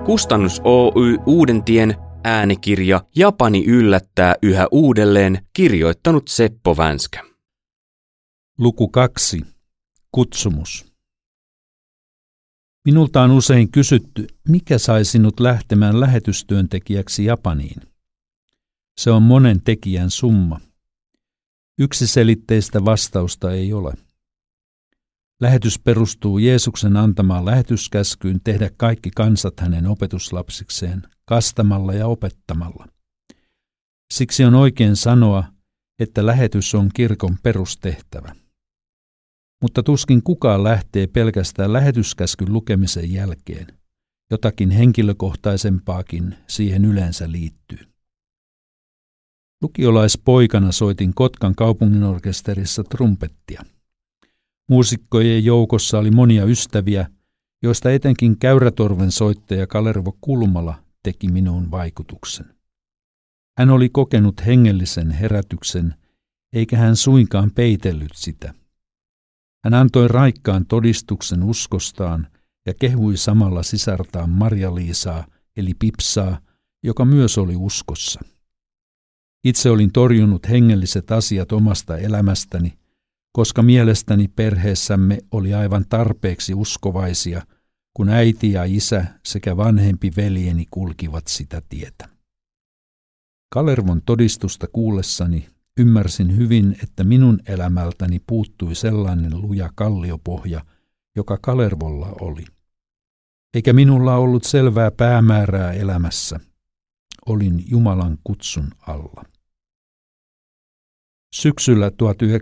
Kustannus Oy Uudentien äänikirja Japani yllättää yhä uudelleen, kirjoittanut Seppo Vänskä. Luku 2. Kutsumus. Minulta on usein kysytty, mikä sai sinut lähtemään lähetystyöntekijäksi Japaniin. Se on monen tekijän summa. Yksiselitteistä vastausta ei ole. Lähetys perustuu Jeesuksen antamaan lähetyskäskyyn tehdä kaikki kansat hänen opetuslapsikseen, kastamalla ja opettamalla. Siksi on oikein sanoa, että lähetys on kirkon perustehtävä. Mutta tuskin kukaan lähtee pelkästään lähetyskäskyn lukemisen jälkeen. Jotakin henkilökohtaisempaakin siihen yleensä liittyy. Lukiolaispoikana soitin Kotkan kaupunginorkesterissa trumpettia. Muusikkojen joukossa oli monia ystäviä, joista etenkin käyrätorven soittaja Kalervo Kulmala teki minuun vaikutuksen. Hän oli kokenut hengellisen herätyksen, eikä hän suinkaan peitellyt sitä. Hän antoi raikkaan todistuksen uskostaan ja kehui samalla sisartaan Marja-Liisaa eli Pipsaa, joka myös oli uskossa. Itse olin torjunut hengelliset asiat omasta elämästäni, koska mielestäni perheessämme oli aivan tarpeeksi uskovaisia, kun äiti ja isä sekä vanhempi veljeni kulkivat sitä tietä. Kalervon todistusta kuullessani ymmärsin hyvin, että minun elämältäni puuttui sellainen luja kalliopohja, joka Kalervolla oli. Eikä minulla ollut selvää päämäärää elämässä. Olin Jumalan kutsun alla. Syksyllä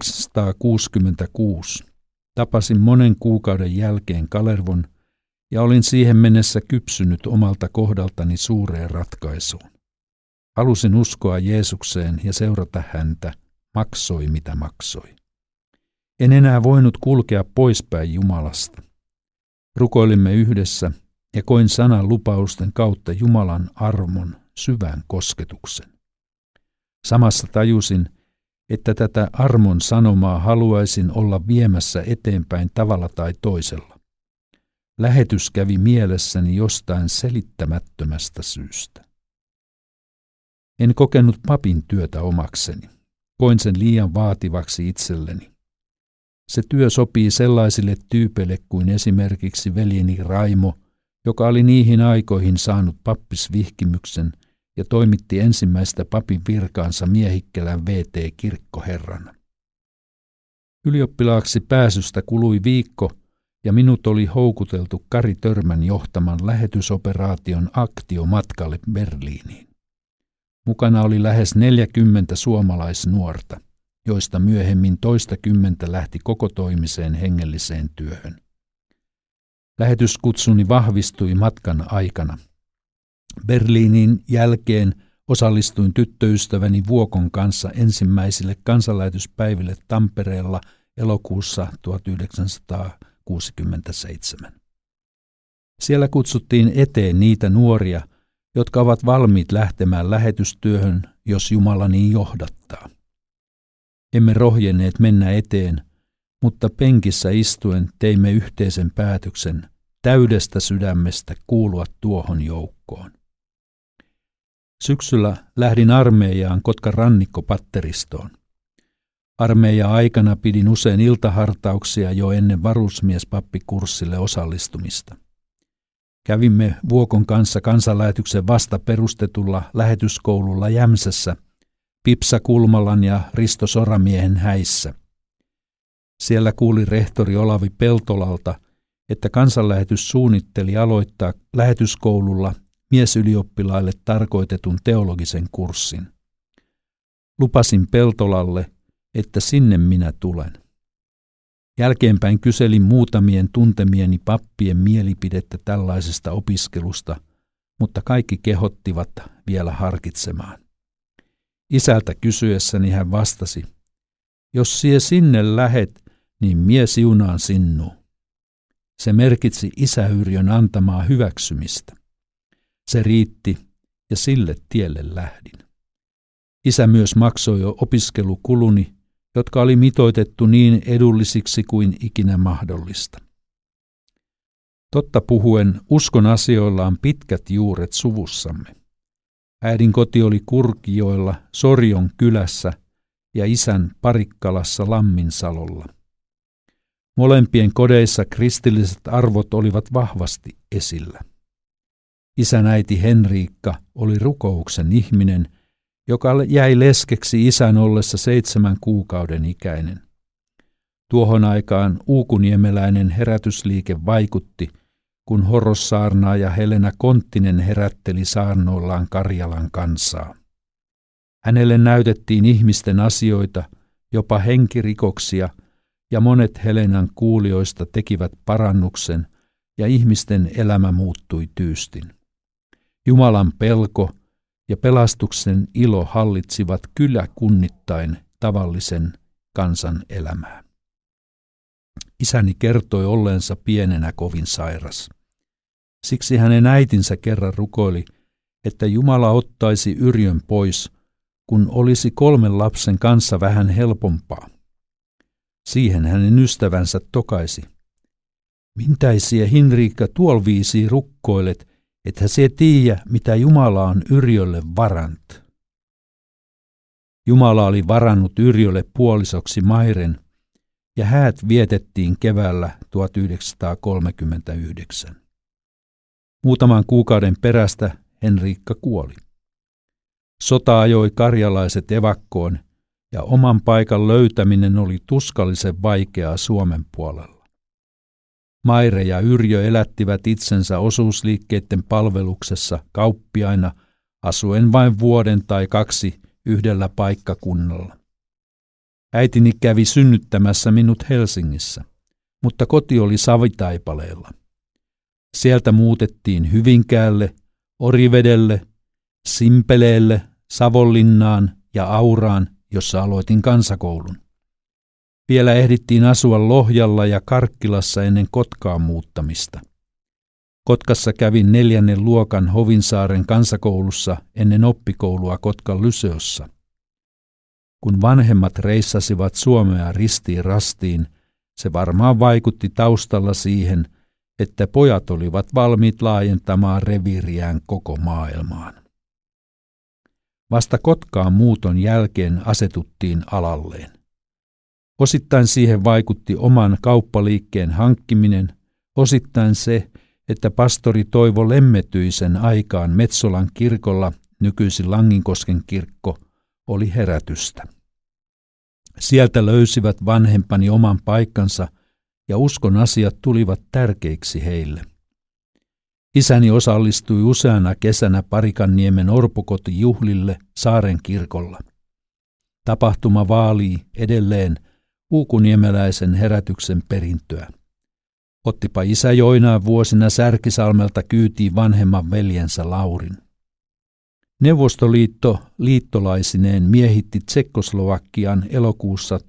1966 tapasin monen kuukauden jälkeen Kalervon ja olin siihen mennessä kypsynyt omalta kohdaltani suureen ratkaisuun. Halusin uskoa Jeesukseen ja seurata häntä, maksoi mitä maksoi. En enää voinut kulkea poispäin Jumalasta. Rukoilimme yhdessä ja koin sanan lupausten kautta Jumalan armon syvän kosketuksen. Samassa tajusin, että tätä armon sanomaa haluaisin olla viemässä eteenpäin tavalla tai toisella. Lähetys kävi mielessäni jostain selittämättömästä syystä. En kokenut papin työtä omakseni. Koin sen liian vaativaksi itselleni. Se työ sopii sellaisille tyypeille kuin esimerkiksi veljeni Raimo, joka oli niihin aikoihin saanut pappisvihkimyksen ja toimitti ensimmäistä papin virkaansa Miehikkelän VT-kirkkoherrana. Ylioppilaaksi pääsystä kului viikko ja minut oli houkuteltu Kari Törmän johtaman lähetysoperaation aktiomatkalle Berliiniin. Mukana oli lähes 40 suomalaisnuorta, joista myöhemmin toistakymmentä lähti kokotoimiseen hengelliseen työhön. Lähetyskutsuni vahvistui matkan aikana. Berliinin jälkeen osallistuin tyttöystäväni Vuokon kanssa ensimmäisille kansanlähetyspäiville Tampereella elokuussa 1967. Siellä kutsuttiin eteen niitä nuoria, jotka ovat valmiit lähtemään lähetystyöhön, jos Jumala niin johdattaa. Emme rohjenneet mennä eteen, mutta penkissä istuen teimme yhteisen päätöksen täydestä sydämestä kuulua tuohon joukkoon. Syksyllä lähdin armeijaan Kotkan rannikkopatteristoon. Armeija-aikana pidin usein iltahartauksia jo ennen varusmiespappikurssille osallistumista. Kävimme Vuokon kanssa kansanlähetyksen vasta perustetulla lähetyskoululla Jämsässä, Pipsa Kulmalan ja Risto Soramiehen häissä. Siellä kuuli rehtori Olavi Peltolalta, että kansanlähetys suunnitteli aloittaa lähetyskoululla miesylioppilaille tarkoitetun teologisen kurssin. Lupasin Peltolalle, että sinne minä tulen. Jälkeenpäin kyselin muutamien tuntemieni pappien mielipidettä tällaisesta opiskelusta, mutta kaikki kehottivat vielä harkitsemaan. Isältä kysyessäni hän vastasi, jos sie sinne lähet, niin mie siunaan sinnu. Se merkitsi isäyrjön antamaa hyväksymistä. Se riitti ja sille tielle lähdin. Isä myös maksoi jo opiskelukuluni, jotka oli mitoitettu niin edullisiksi kuin ikinä mahdollista. Totta puhuen, uskon asioilla on pitkät juuret suvussamme. Äidin koti oli Kurkijoella, Sorjon kylässä ja isän Parikkalassa Lamminsalolla. Molempien kodeissa kristilliset arvot olivat vahvasti esillä. Isän äiti Henriikka oli rukouksen ihminen, joka jäi leskeksi isän ollessa 7 kuukauden ikäinen. Tuohon aikaan uukuniemeläinen herätysliike vaikutti, kun horossaarnaaja Helena Konttinen herätteli saarnoillaan Karjalan kansaa. Hänelle näytettiin ihmisten asioita, jopa henkirikoksia, ja monet Helenan kuulijoista tekivät parannuksen, ja ihmisten elämä muuttui tyystin. Jumalan pelko ja pelastuksen ilo hallitsivat kyläkunnittain tavallisen kansan elämää. Isäni kertoi olleensa pienenä kovin sairas. Siksi hänen äitinsä kerran rukoili, että Jumala ottaisi Yrjön pois, kun olisi 3 lapsen kanssa vähän helpompaa. Siihen hänen ystävänsä tokaisi. Mintäisiä Hinriikka tuol viisi rukkoilet, ethän se tiiä, mitä Jumala on Yrjölle varant. Jumala oli varannut Yrjölle puolisoksi Mairen, ja häät vietettiin keväällä 1939. Muutaman kuukauden perästä Henriikka kuoli. Sota ajoi karjalaiset evakkoon, ja oman paikan löytäminen oli tuskallisen vaikeaa Suomen puolella. Maire ja Yrjö elättivät itsensä osuusliikkeiden palveluksessa kauppiaina, asuen vain vuoden tai 2 yhdellä paikkakunnalla. Äitini kävi synnyttämässä minut Helsingissä, mutta koti oli Savitaipaleella. Sieltä muutettiin Hyvinkäälle, Orivedelle, Simpeleelle, Savonlinnaan ja Auraan, jossa aloitin kansakoulun. Vielä ehdittiin asua Lohjalla ja Karkkilassa ennen Kotkaan muuttamista. Kotkassa kävin 4. luokan Hovinsaaren kansakoulussa ennen oppikoulua Kotkan Lyseossa. Kun vanhemmat reissasivat Suomea ristiin rastiin, se varmaan vaikutti taustalla siihen, että pojat olivat valmiit laajentamaan reviiriään koko maailmaan. Vasta Kotkaan muuton jälkeen asetuttiin alalleen. Osittain siihen vaikutti oman kauppaliikkeen hankkiminen, osittain se, että pastori Toivo Lemmetyisen aikaan Metsolan kirkolla, nykyisin Langinkosken kirkko, oli herätystä. Sieltä löysivät vanhempani oman paikkansa ja uskon asiat tulivat tärkeiksi heille. Isäni osallistui useana kesänä Parikanniemen orpokotijuhlille Saaren kirkolla. Tapahtuma vaalii edelleen uukuniemeläisen herätyksen perintöä. Ottipa isä joinain vuosina Särkisalmelta kyytiin vanhemman veljensä Laurin. Neuvostoliitto liittolaisineen miehitti Tsekkoslovakian elokuussa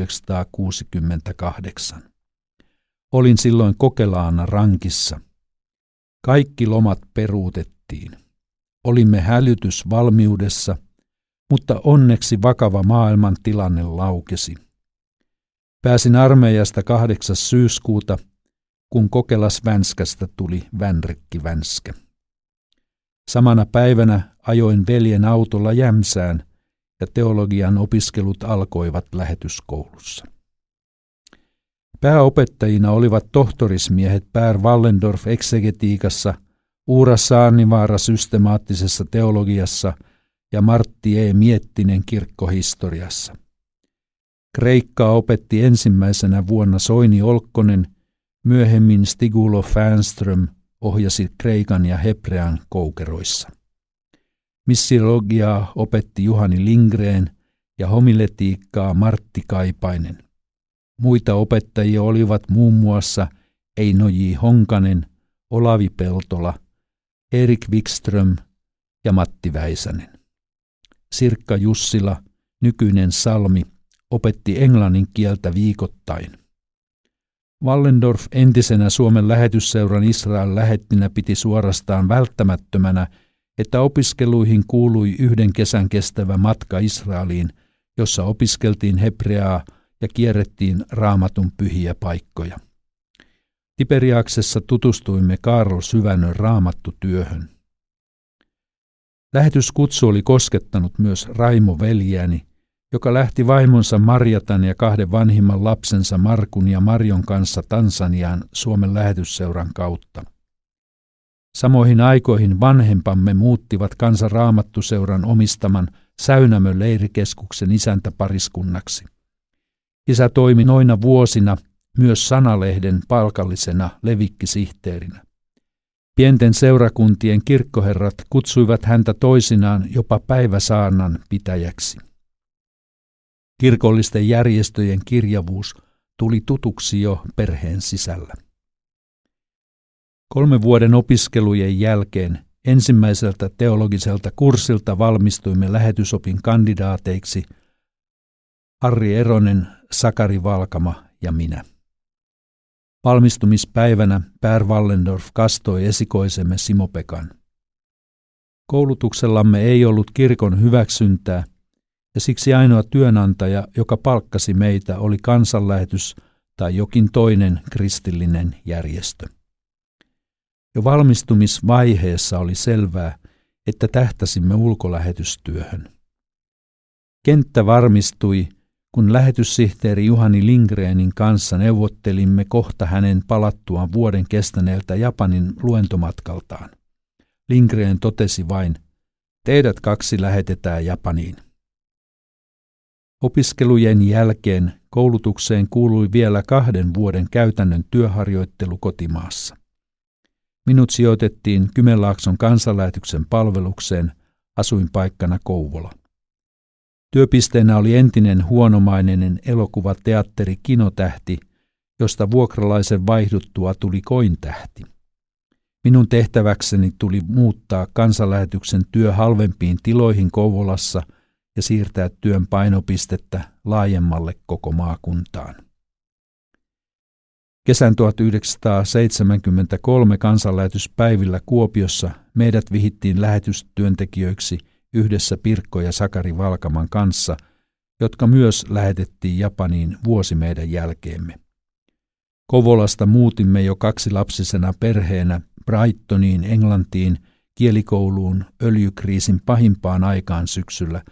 1968. Olin silloin Kokelaana rankissa. Kaikki lomat peruutettiin. Olimme hälytysvalmiudessa, mutta onneksi vakava maailman tilanne laukesi. Pääsin armeijasta 8. syyskuuta, kun Kokelasvänskästä tuli Vänrikkivänskä. Samana päivänä ajoin veljen autolla Jämsään ja teologian opiskelut alkoivat lähetyskoulussa. Pääopettajina olivat tohtorismiehet Pär Wallendorf eksegetiikassa, Uura Saarnivaara systemaattisessa teologiassa ja Martti E. Miettinen kirkkohistoriassa. Kreikkaa opetti ensimmäisenä vuonna Soini Olkkonen, myöhemmin Stigulo Färnström ohjasi kreikan ja hebrean koukeroissa. Missiologiaa opetti Juhani Lindgren ja homiletiikkaa Martti Kaipainen. Muita opettajia olivat muun muassa Eino J. Honkanen, Olavi Peltola, Erik Wikström ja Matti Väisänen. Sirkka Jussila, nykyinen Salmi, opetti englannin kieltä viikoittain. Wallendorf entisenä Suomen lähetysseuran Israel lähettinä piti suorastaan välttämättömänä, että opiskeluihin kuului 1 kesän kestävä matka Israeliin, jossa opiskeltiin hebreaa ja kierrettiin Raamatun pyhiä paikkoja. Tiberiaksessa tutustuimme Kaarlo Syvänön raamattutyöhön. Lähetyskutsu oli koskettanut myös Raimo veljeäni, joka lähti vaimonsa Marjatan ja 2 vanhimman lapsensa Markun ja Marion kanssa Tansaniaan Suomen lähetysseuran kautta. Samoihin aikoihin vanhempamme muuttivat Kansan Raamattuseuran omistaman Säynämön leirikeskuksen isäntäpariskunnaksi. Isä toimi noina vuosina myös Sanalehden palkallisena levikkisihteerinä. Pienten seurakuntien kirkkoherrat kutsuivat häntä toisinaan jopa päiväsaarnan pitäjäksi. Kirkollisten järjestöjen kirjavuus tuli tutuksi jo perheen sisällä. 3 vuoden opiskelujen jälkeen ensimmäiseltä teologiselta kurssilta valmistuimme lähetysopin kandidaateiksi Harri Eronen, Sakari Valkama ja minä. Valmistumispäivänä Per Wallendorf kastoi esikoisemme Simo-Pekan. Koulutuksellamme ei ollut kirkon hyväksyntää, ja siksi ainoa työnantaja, joka palkkasi meitä, oli kansanlähetys tai jokin toinen kristillinen järjestö. Jo valmistumisvaiheessa oli selvää, että tähtäsimme ulkolähetystyöhön. Kenttä varmistui, kun lähetyssihteeri Juhani Lindgrenin kanssa neuvottelimme kohta hänen palattuaan vuoden kestäneeltä Japanin luentomatkaltaan. Lindgren totesi vain, teidät 2 lähetetään Japaniin. Opiskelujen jälkeen koulutukseen kuului vielä 2 vuoden käytännön työharjoittelu kotimaassa. Minut sijoitettiin Kymenlaakson kansanlähetyksen palvelukseen, asuinpaikkana Kouvola. Työpisteenä oli entinen huonomaineinen elokuvateatteri Kinotähti, josta vuokralaisen vaihduttua tuli Kointähti. Minun tehtäväkseni tuli muuttaa kansanlähetyksen työ halvempiin tiloihin Kouvolassa ja siirtää työn painopistettä laajemmalle koko maakuntaan. Kesän 1973 kansanlähetyspäivillä Kuopiossa meidät vihittiin lähetystyöntekijöiksi yhdessä Pirkko ja Sakari Valkaman kanssa, jotka myös lähetettiin Japaniin vuosi meidän jälkeemme. Kouvolasta muutimme jo 2-lapsisena perheenä Brightoniin, Englantiin, kielikouluun öljykriisin pahimpaan aikaan syksyllä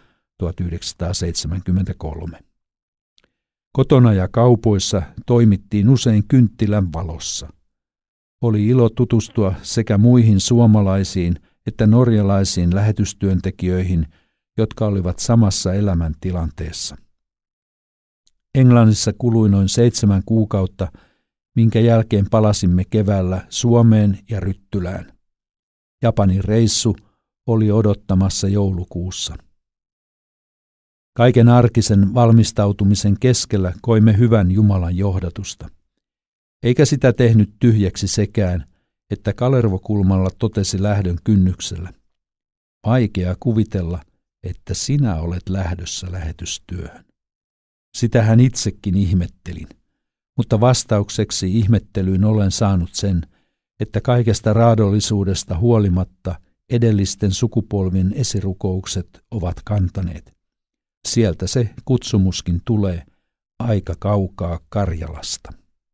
1973. Kotona ja kaupoissa toimittiin usein kynttilän valossa. Oli ilo tutustua sekä muihin suomalaisiin että norjalaisiin lähetystyöntekijöihin, jotka olivat samassa elämäntilanteessa. Englannissa kului noin 7 kuukautta, minkä jälkeen palasimme keväällä Suomeen ja Ryttylään. Japanin reissu oli odottamassa joulukuussa. Kaiken arkisen valmistautumisen keskellä koimme hyvän Jumalan johdatusta. Eikä sitä tehnyt tyhjäksi sekään, että Kalervokulmalla totesi lähdön kynnyksellä. Vaikea kuvitella, että sinä olet lähdössä lähetystyöhön. Sitä hän itsekin ihmettelin, mutta vastaukseksi ihmettelyyn olen saanut sen, että kaikesta raadollisuudesta huolimatta edellisten sukupolvien esirukoukset ovat kantaneet. Sieltä se kutsumuskin tulee aika kaukaa Karjalasta.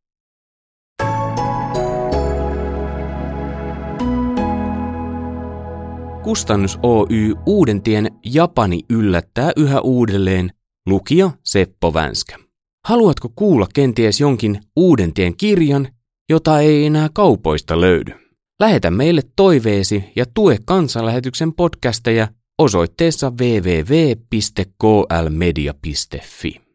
Kustannus Oy Uudentien Japani yllättää yhä uudelleen, lukija Seppo Vänskä. Haluatko kuulla kenties jonkin Uudentien kirjan, jota ei enää kaupoista löydy? Lähetä meille toiveesi ja tue kansanlähetyksen podcasteja osoitteessa www.klmedia.fi.